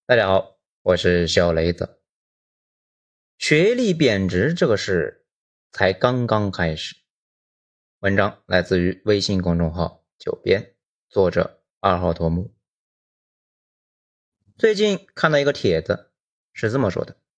大家好，我是小雷子。学历贬值这个事才刚刚开始。文章来自于微信公众号九编，作者2号头目。最近看到一个帖子，是这么说的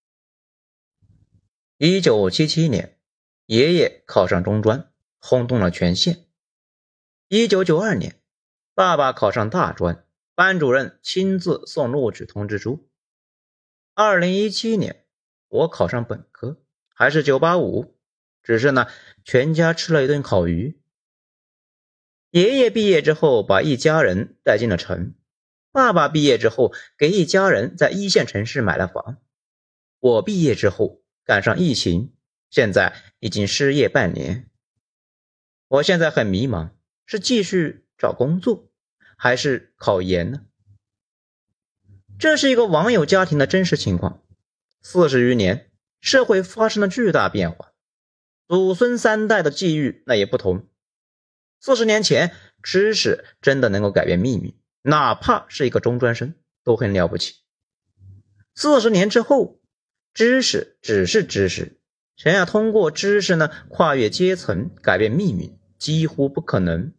：1977年，爷爷考上中专，轰动了全县。1992年，爸爸考上大专，班主任亲自送录取通知书。2017年，我考上本科，还是985，只是呢，全家吃了一顿烤鱼。爷爷毕业之后把一家人带进了城，爸爸毕业之后给一家人在一线城市买了房。我毕业之后赶上疫情，现在已经失业半年。我现在很迷茫，是继续找工作，还是考研呢？这是一个网友家庭的真实情况。40余年，社会发生了巨大变化，祖孙3代的际遇那也不同。40年前，知识真的能够改变命运，哪怕是一个中专生都很了不起。40年之后，知识只是知识，想要通过知识呢跨越阶层改变命运，几乎不可能。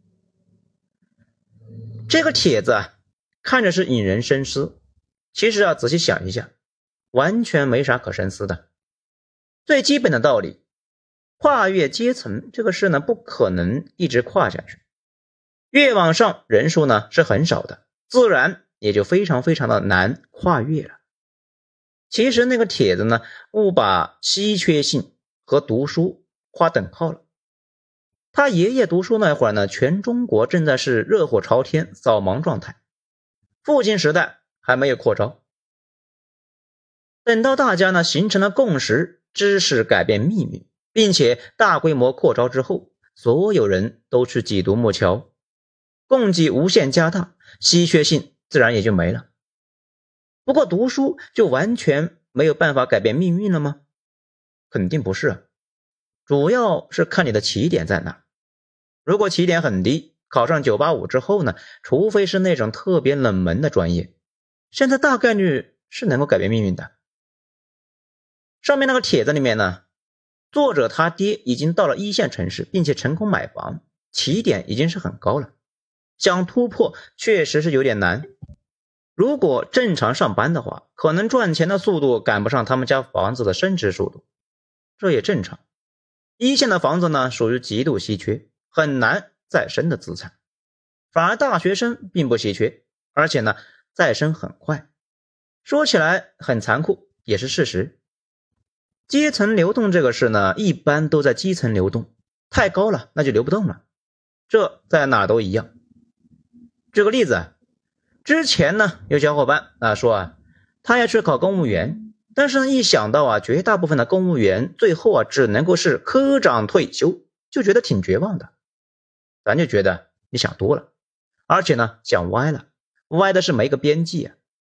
这个帖子看着是引人深思，其实仔细想一下，完全没啥可深思的。最基本的道理，跨越阶层这个事呢不可能一直跨下去，越往上人数呢是很少的，自然也就非常的难跨越了。其实那个帖子呢误把稀缺性和读书划等号了。他爷爷读书那会儿呢，全中国正在是热火朝天扫盲状态，父亲时代还没有扩招。等到大家呢形成了共识，知识改变命运，并且大规模扩招之后，所有人都去挤独木桥，供给无限加大，稀缺性自然也就没了。不过读书就完全没有办法改变命运了吗？肯定不是，主要是看你的起点在哪。如果起点很低，考上985之后呢，除非是那种特别冷门的专业，现在大概率是能够改变命运的。上面那个帖子里面呢，作者他爹已经到了一线城市，并且成功买房，起点已经是很高了，想突破确实是有点难。如果正常上班的话，可能赚钱的速度赶不上他们家房子的升值速度，这也正常。一线的房子呢属于极度稀缺，很难再生的资产，反而大学生并不稀缺，而且呢再生很快。说起来很残酷，也是事实。阶层流动这个事呢，一般都在基层流动，太高了那就流不动了，这在哪都一样。举个例子，之前呢有小伙伴说他要去考公务员，但是呢一想到绝大部分的公务员最后只能够是科长退休，就觉得挺绝望的。咱就觉得你想多了，而且呢想歪了，歪的是没个边际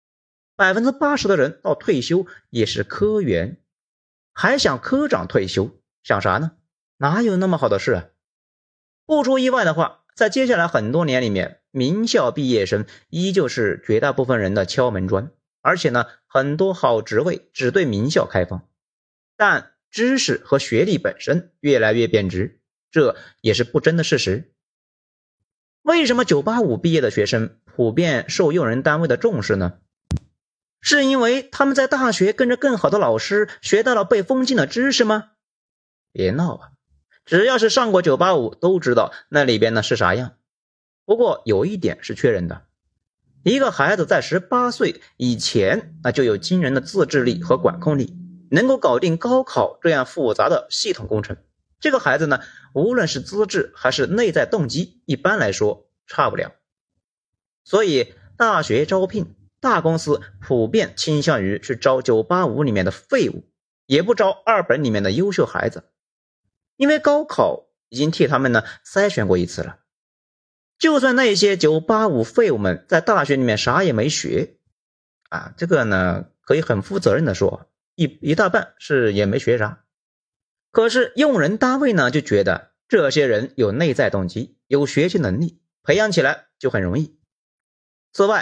80%的人到退休也是科员，还想科长退休，想啥呢？哪有那么好的事不出意外的话，在接下来很多年里面，名校毕业生依旧是绝大部分人的敲门砖，而且呢很多好职位只对名校开放，但知识和学历本身越来越贬值，这也是不争的事实。为什么985毕业的学生普遍受用人单位的重视呢？是因为他们在大学跟着更好的老师学到了被封禁的知识吗？别闹只要是上过985都知道那里边呢是啥样。不过有一点是确认的，一个孩子在18岁以前就有惊人的自制力和管控力，能够搞定高考这样复杂的系统工程。这个孩子呢，无论是资质还是内在动机，一般来说差不了。所以大学招聘，大公司普遍倾向于去招985里面的废物，也不招二本里面的优秀孩子，因为高考已经替他们呢筛选过一次了。就算那些985废物们在大学里面啥也没学这个呢可以很负责任的说，一大半是也没学啥。可是用人单位呢就觉得这些人有内在动机，有学习能力，培养起来就很容易。此外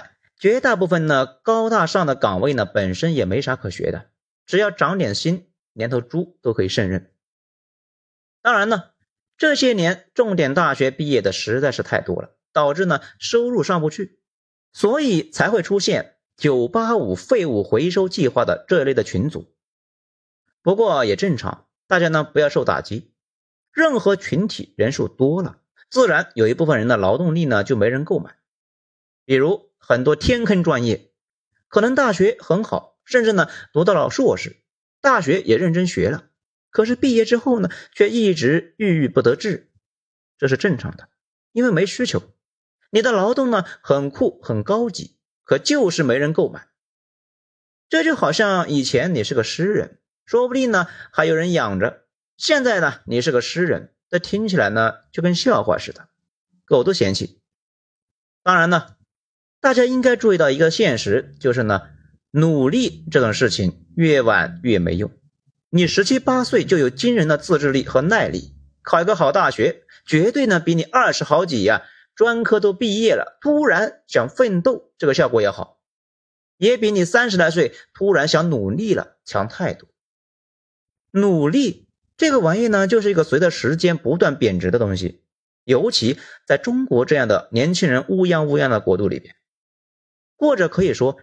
绝大部分呢高大上的岗位呢本身也没啥可学的，只要长点心，连头猪都可以胜任。当然呢，这些年重点大学毕业的实在是太多了，导致呢收入上不去，所以才会出现985废物回收计划的这一类的群组。不过也正常，大家呢不要受打击，任何群体人数多了，自然有一部分人的劳动力呢就没人购买。比如很多天坑专业，可能大学很好，甚至呢读到了硕士，大学也认真学了，可是毕业之后呢却一直郁郁不得志，这是正常的，因为没需求。你的劳动呢很酷很高级，可就是没人购买。这就好像以前你是个诗人，说不定呢还有人养着，现在呢你是个诗人，这听起来呢就跟笑话似的，狗都嫌弃。当然呢，大家应该注意到一个现实，就是呢努力这种事情越晚越没用。你17、18岁就有惊人的自制力和耐力，考一个好大学，绝对呢比你20好几专科都毕业了突然想奋斗这个效果也好，也比你30来岁突然想努力了强太多。努力这个玩意呢就是一个随着时间不断贬值的东西，尤其在中国这样的年轻人乌泱乌泱的国度里边。或者可以说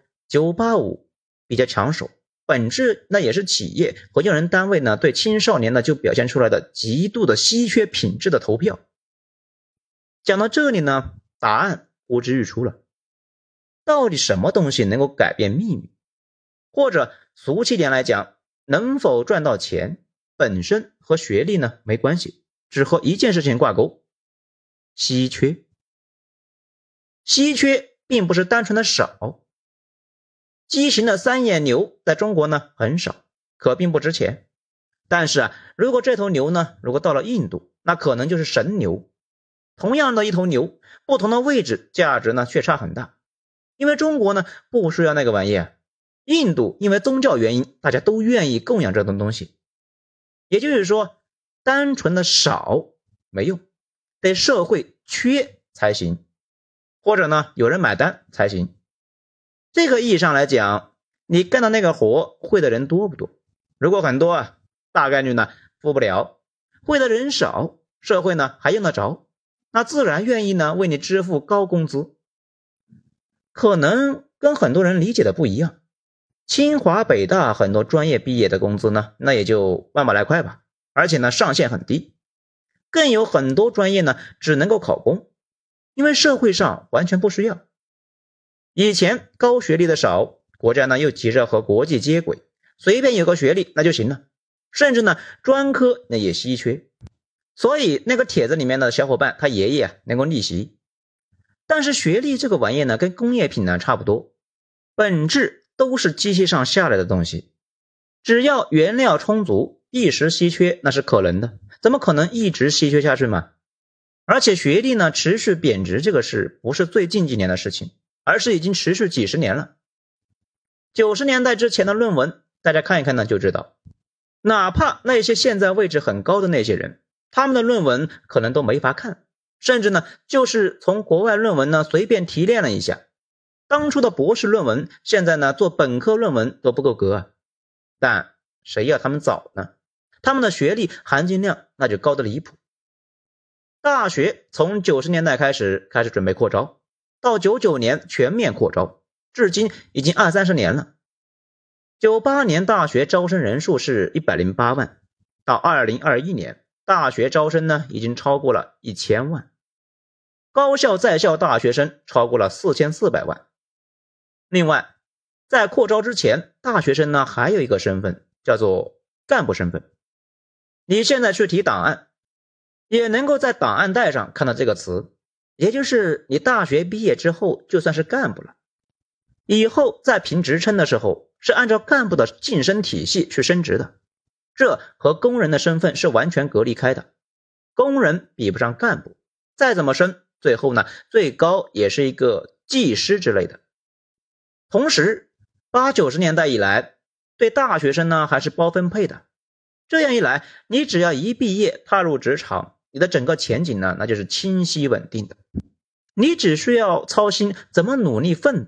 985比较抢手，本质那也是企业和用人单位呢对青少年呢就表现出来的极度的稀缺品质的投票。讲到这里呢，答案呼之欲出了。到底什么东西能够改变命运？或者俗气点来讲，能否赚到钱本身和学历呢没关系，只和一件事情挂钩：稀缺。稀缺并不是单纯的少。畸形的三眼牛在中国呢很少，可并不值钱。但是如果这头牛呢如果到了印度，那可能就是神牛。同样的一头牛，不同的位置价值呢却差很大。因为中国呢不需要那个玩意，印度因为宗教原因大家都愿意供养这种东西。也就是说，单纯的少没用，得社会缺才行，或者呢有人买单才行。这个意义上来讲，你干的那个活会的人多不多？如果很多大概率呢付不了；会的人少，社会呢还用得着，那自然愿意呢为你支付高工资。可能跟很多人理解的不一样，清华北大很多专业毕业的工资呢那也就万把来块吧，而且呢上限很低。更有很多专业呢只能够考公，因为社会上完全不需要。以前高学历的少，国家呢又急着和国际接轨，随便有个学历那就行了，甚至呢专科那也稀缺。所以那个帖子里面的小伙伴他爷爷能够逆袭。但是学历这个玩意呢跟工业品呢差不多，本质都是机器上下来的东西，只要原料充足，一时稀缺那是可能的，怎么可能一直稀缺下去嘛？而且学历呢持续贬值这个事不是最近几年的事情，而是已经持续几十年了。90年代之前的论文大家看一看呢就知道，哪怕那些现在位置很高的那些人，他们的论文可能都没法看，甚至呢就是从国外论文呢随便提炼了一下。当初的博士论文现在呢做本科论文都不够格但谁要他们早呢？他们的学历含金量那就高得离谱。大学从90年代开始准备扩招，到99年全面扩招，至今已经20-30年了。98年大学招生人数是108万，到2021年大学招生呢已经超过了1000万，高校在校大学生超过了4400万。另外在扩招之前，大学生呢还有一个身份叫做干部身份。你现在去提档案也能够在档案袋上看到这个词，也就是你大学毕业之后就算是干部了，以后在评职称的时候是按照干部的晋升体系去升职的，这和工人的身份是完全隔离开的。工人比不上干部，再怎么升最后呢最高也是一个技师之类的。同时80-90年代以来对大学生呢还是包分配的，这样一来你只要一毕业踏入职场，你的整个前景呢那就是清晰稳定的，你只需要操心怎么努力奋斗，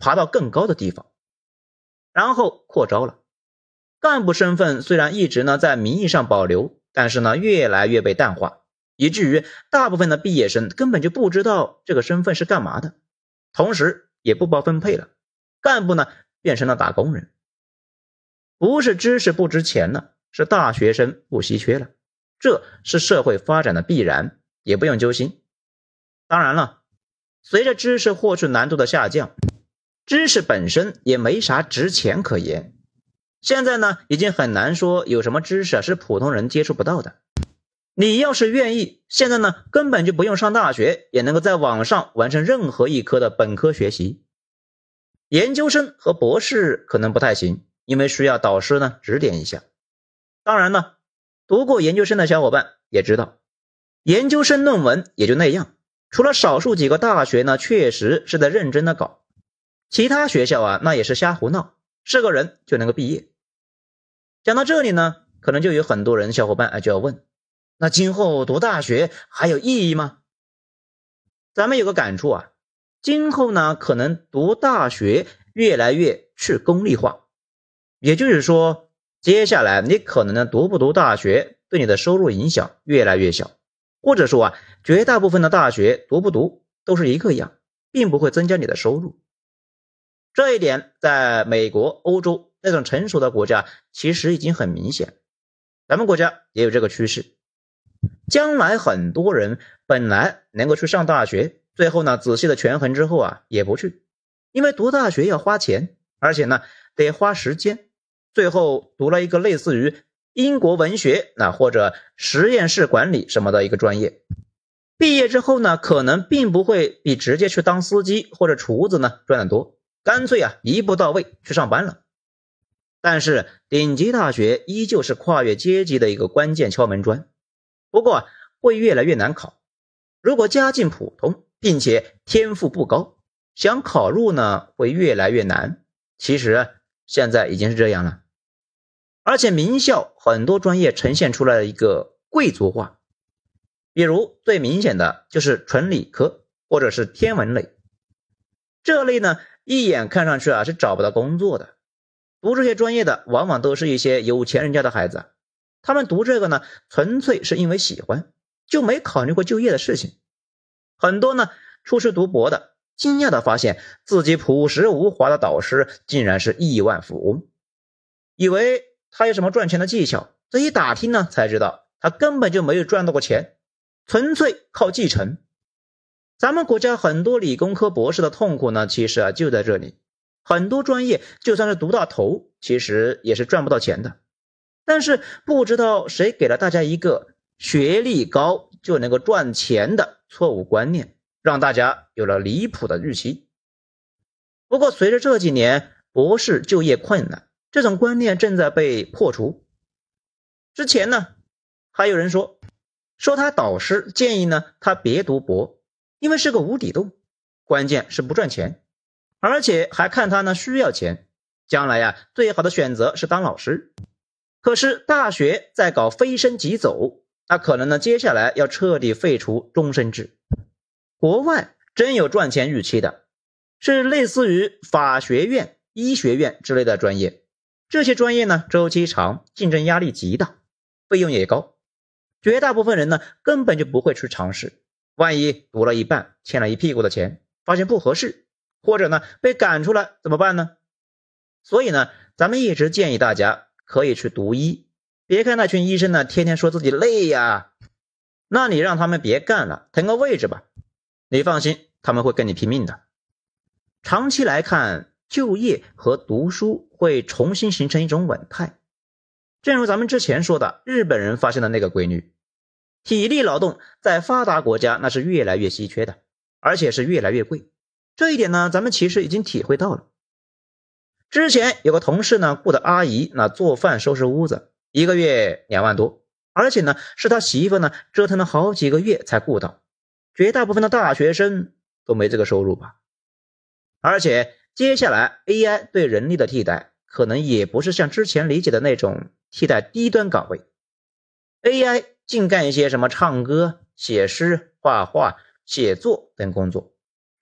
爬到更高的地方。然后扩招了，干部身份虽然一直呢在名义上保留，但是呢越来越被淡化，以至于大部分的毕业生根本就不知道这个身份是干嘛的，同时也不包分配了，干部呢变成了打工人。不是知识不值钱了，是大学生不稀缺了，这是社会发展的必然，也不用揪心。当然了，随着知识获取难度的下降，知识本身也没啥值钱可言。现在呢，已经很难说有什么知识是普通人接触不到的。你要是愿意，现在呢根本就不用上大学，也能够在网上完成任何一科的本科学习。研究生和博士可能不太行，因为需要导师呢指点一下。当然呢，读过研究生的小伙伴也知道，研究生论文也就那样，除了少数几个大学呢确实是在认真的搞，其他学校啊那也是瞎胡闹，是个人就能够毕业。讲到这里呢，可能就有很多人小伙伴就要问，那今后读大学还有意义吗？咱们有个感触啊，今后呢可能读大学越来越去功利化，也就是说接下来你可能呢读不读大学对你的收入影响越来越小，或者说啊绝大部分的大学读不读都是一个样，并不会增加你的收入。这一点在美国、欧洲那种成熟的国家其实已经很明显，咱们国家也有这个趋势。将来很多人本来能够去上大学，最后呢仔细的权衡之后啊也不去，因为读大学要花钱，而且呢得花时间，最后读了一个类似于英国文学或者实验室管理什么的一个专业，毕业之后呢可能并不会比直接去当司机或者厨子呢赚得多，干脆一步到位去上班了。但是顶级大学依旧是跨越阶级的一个关键敲门砖，不过会越来越难考。如果家境普通并且天赋不高，想考入呢会越来越难，其实现在已经是这样了。而且名校很多专业呈现出来了一个贵族化，比如最明显的就是纯理科或者是天文类，这类呢一眼看上去是找不到工作的。读这些专业的往往都是一些有钱人家的孩子，他们读这个呢纯粹是因为喜欢，就没考虑过就业的事情。很多呢出去读博的惊讶地发现自己朴实无华的导师竟然是亿万富翁，以为他有什么赚钱的技巧，这一打听呢才知道他根本就没有赚到过钱，纯粹靠继承。咱们国家很多理工科博士的痛苦呢其实就在这里，很多专业就算是读到头其实也是赚不到钱的。但是不知道谁给了大家一个学历高就能够赚钱的错误观念，让大家有了离谱的预期。不过随着这几年博士就业困难，这种观念正在被破除。之前呢还有人说他导师建议呢他别读博，因为是个无底洞，关键是不赚钱，而且还看他呢需要钱，将来最好的选择是当老师。可是大学在搞非升即走，那可能呢接下来要彻底废除终身制。国外真有赚钱预期的，是类似于法学院、医学院之类的专业，这些专业呢周期长，竞争压力极大，费用也高，绝大部分人呢根本就不会去尝试，万一读了一半欠了一屁股的钱，发现不合适，或者呢被赶出来怎么办呢？所以呢咱们一直建议大家可以去读医，别看那群医生呢天天说自己累呀，那你让他们别干了，腾个位置吧，你放心他们会跟你拼命的。长期来看，就业和读书会重新形成一种稳态。正如咱们之前说的日本人发现的那个规律，体力劳动在发达国家那是越来越稀缺的，而且是越来越贵，这一点呢咱们其实已经体会到了。之前有个同事呢雇的阿姨做饭收拾屋子，一个月2万多，而且呢是他媳妇呢折腾了好几个月才雇到，绝大部分的大学生都没这个收入吧。而且接下来 AI 对人力的替代可能也不是像之前理解的那种替代低端岗位， AI 净干一些什么唱歌、写诗、画画、写作等工作，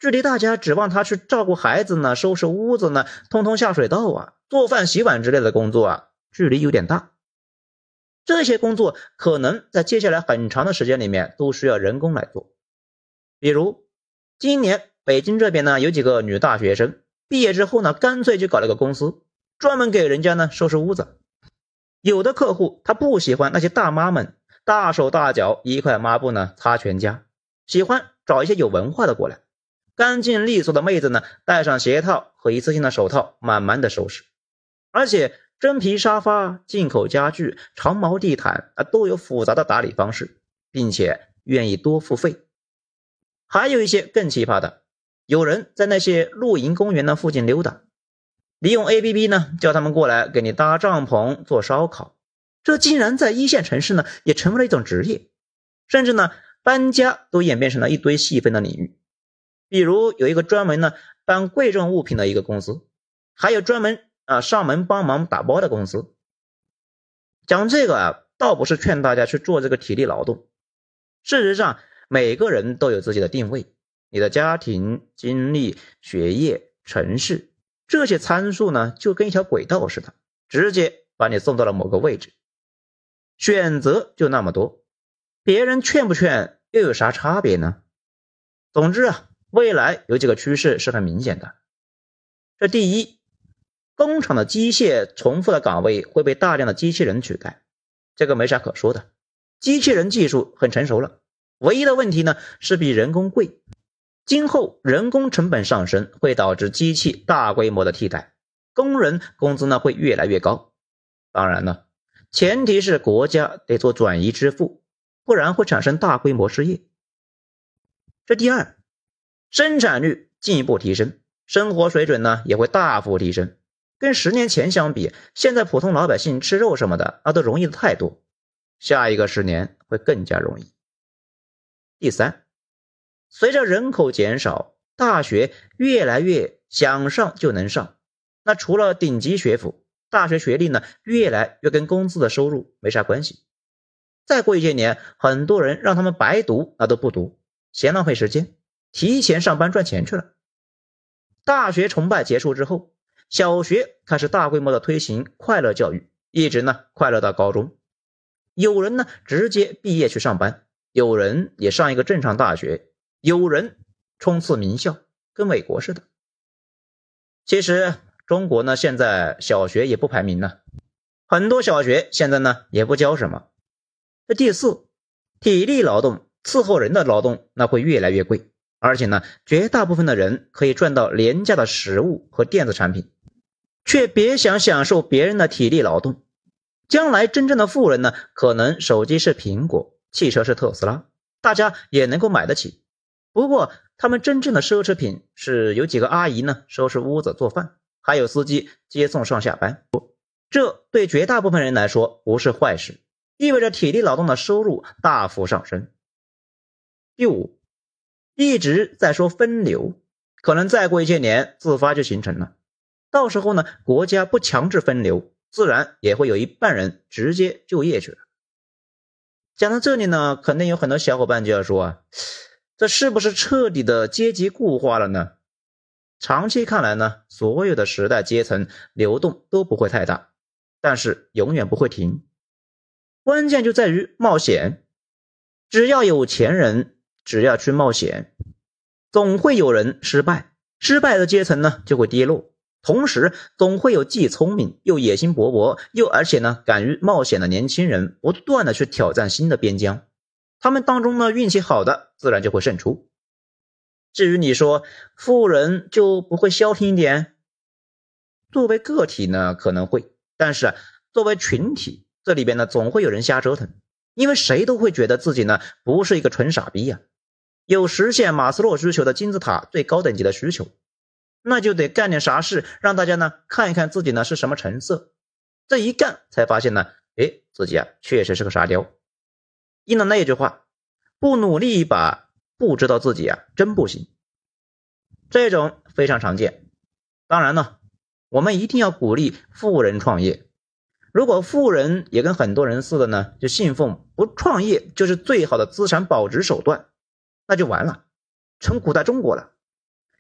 距离大家指望他去照顾孩子呢、收拾屋子呢、通通下水道啊、做饭洗碗之类的工作啊，距离有点大。这些工作可能在接下来很长的时间里面都需要人工来做。比如今年北京这边呢有几个女大学生毕业之后呢，干脆就搞了个公司，专门给人家呢收拾屋子。有的客户他不喜欢那些大妈们大手大脚一块抹布呢擦全家，喜欢找一些有文化的过来，干净利索的妹子呢戴上鞋套和一次性的手套慢慢的收拾。而且真皮沙发、进口家具、长毛地毯都有复杂的打理方式，并且愿意多付费。还有一些更奇葩的，有人在那些露营公园的附近溜达，利用 APP 呢叫他们过来给你搭帐篷做烧烤，这竟然在一线城市呢也成为了一种职业，甚至呢搬家都演变成了一堆细分的领域。比如有一个专门呢搬贵重物品的一个公司，还有专门上门帮忙打包的公司。讲这个倒不是劝大家去做这个体力劳动，事实上每个人都有自己的定位，你的家庭、经历、学业、城市，这些参数呢就跟一条轨道似的，直接把你送到了某个位置。选择就那么多，别人劝不劝又有啥差别呢？总之未来有几个趋势是很明显的。这第一，工厂的机械重复的岗位会被大量的机器人取代，这个没啥可说的，机器人技术很成熟了，唯一的问题呢是比人工贵。今后人工成本上升会导致机器大规模的替代，工人工资呢会越来越高。当然了，前提是国家得做转移支付，不然会产生大规模失业。这第二，生产率进一步提升，生活水准呢也会大幅提升。跟10年前相比，现在普通老百姓吃肉什么的都容易的太多，下一个10年会更加容易。第三，随着人口减少，大学越来越想上就能上，那除了顶级学府，大学学历呢越来越跟工资的收入没啥关系。再过一些年，很多人让他们白读都不读，嫌浪费时间，提前上班赚钱去了。大学崇拜结束之后，小学开始大规模的推行快乐教育，一直呢快乐到高中。有人呢直接毕业去上班，有人也上一个正常大学，有人冲刺名校，跟美国似的。其实中国呢现在小学也不排名了，很多小学现在呢也不教什么。这第四，体力劳动伺候人的劳动那会越来越贵，而且呢绝大部分的人可以赚到廉价的食物和电子产品，却别想享受别人的体力劳动。将来真正的富人呢，可能手机是苹果，汽车是特斯拉，大家也能够买得起。不过他们真正的奢侈品是有几个阿姨呢收拾屋子做饭，还有司机接送上下班。这对绝大部分人来说不是坏事，意味着体力劳动的收入大幅上升。第五，一直在说分流，可能再过一些年自发就形成了。到时候呢，国家不强制分流，自然也会有一半人直接就业去了。讲到这里呢，肯定有很多小伙伴就要说这是不是彻底的阶级固化了呢？长期看来呢，所有的时代阶层流动都不会太大，但是永远不会停。关键就在于冒险，只要有钱人，只要去冒险，总会有人失败，失败的阶层呢就会跌落。同时总会有既聪明又野心勃勃又而且呢敢于冒险的年轻人不断的去挑战新的边疆，他们当中呢运气好的自然就会胜出。至于你说富人就不会消停一点，作为个体呢可能会，但是作为群体，这里边呢总会有人瞎折腾，因为谁都会觉得自己呢不是一个纯傻逼呀，有实现马斯洛需求的金字塔最高等级的需求，那就得干点啥事让大家呢看一看自己呢是什么成色，这一干才发现呢自己确实是个沙雕。应了那句话，不努力一把不知道自己真不行，这种非常常见。当然呢，我们一定要鼓励富人创业，如果富人也跟很多人似的呢，就信奉不创业就是最好的资产保值手段，那就完了，成古代中国了。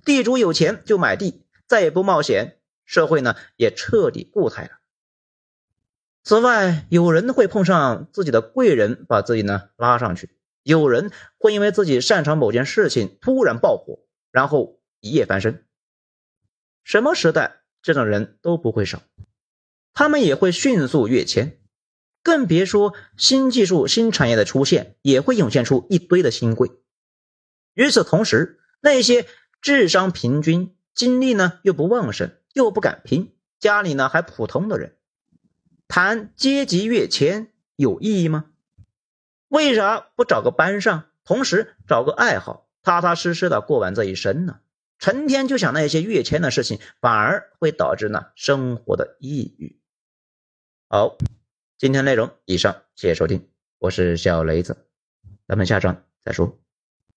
地主有钱就买地，再也不冒险，社会呢也彻底固态了。此外，有人会碰上自己的贵人把自己呢拉上去，有人会因为自己擅长某件事情突然爆火，然后一夜翻身。什么时代这种人都不会少，他们也会迅速跃迁，更别说新技术新产业的出现也会涌现出一堆的新贵。与此同时，那些智商平均，精力呢又不旺盛，又不敢拼，家里呢还普通的人，谈阶级跃迁有意义吗？为啥不找个班上，同时找个爱好，踏踏实实的过完这一生呢？成天就想那些跃迁的事情，反而会导致呢生活的抑郁。好，今天内容以上，谢谢收听，我是小雷子，咱们下章再说。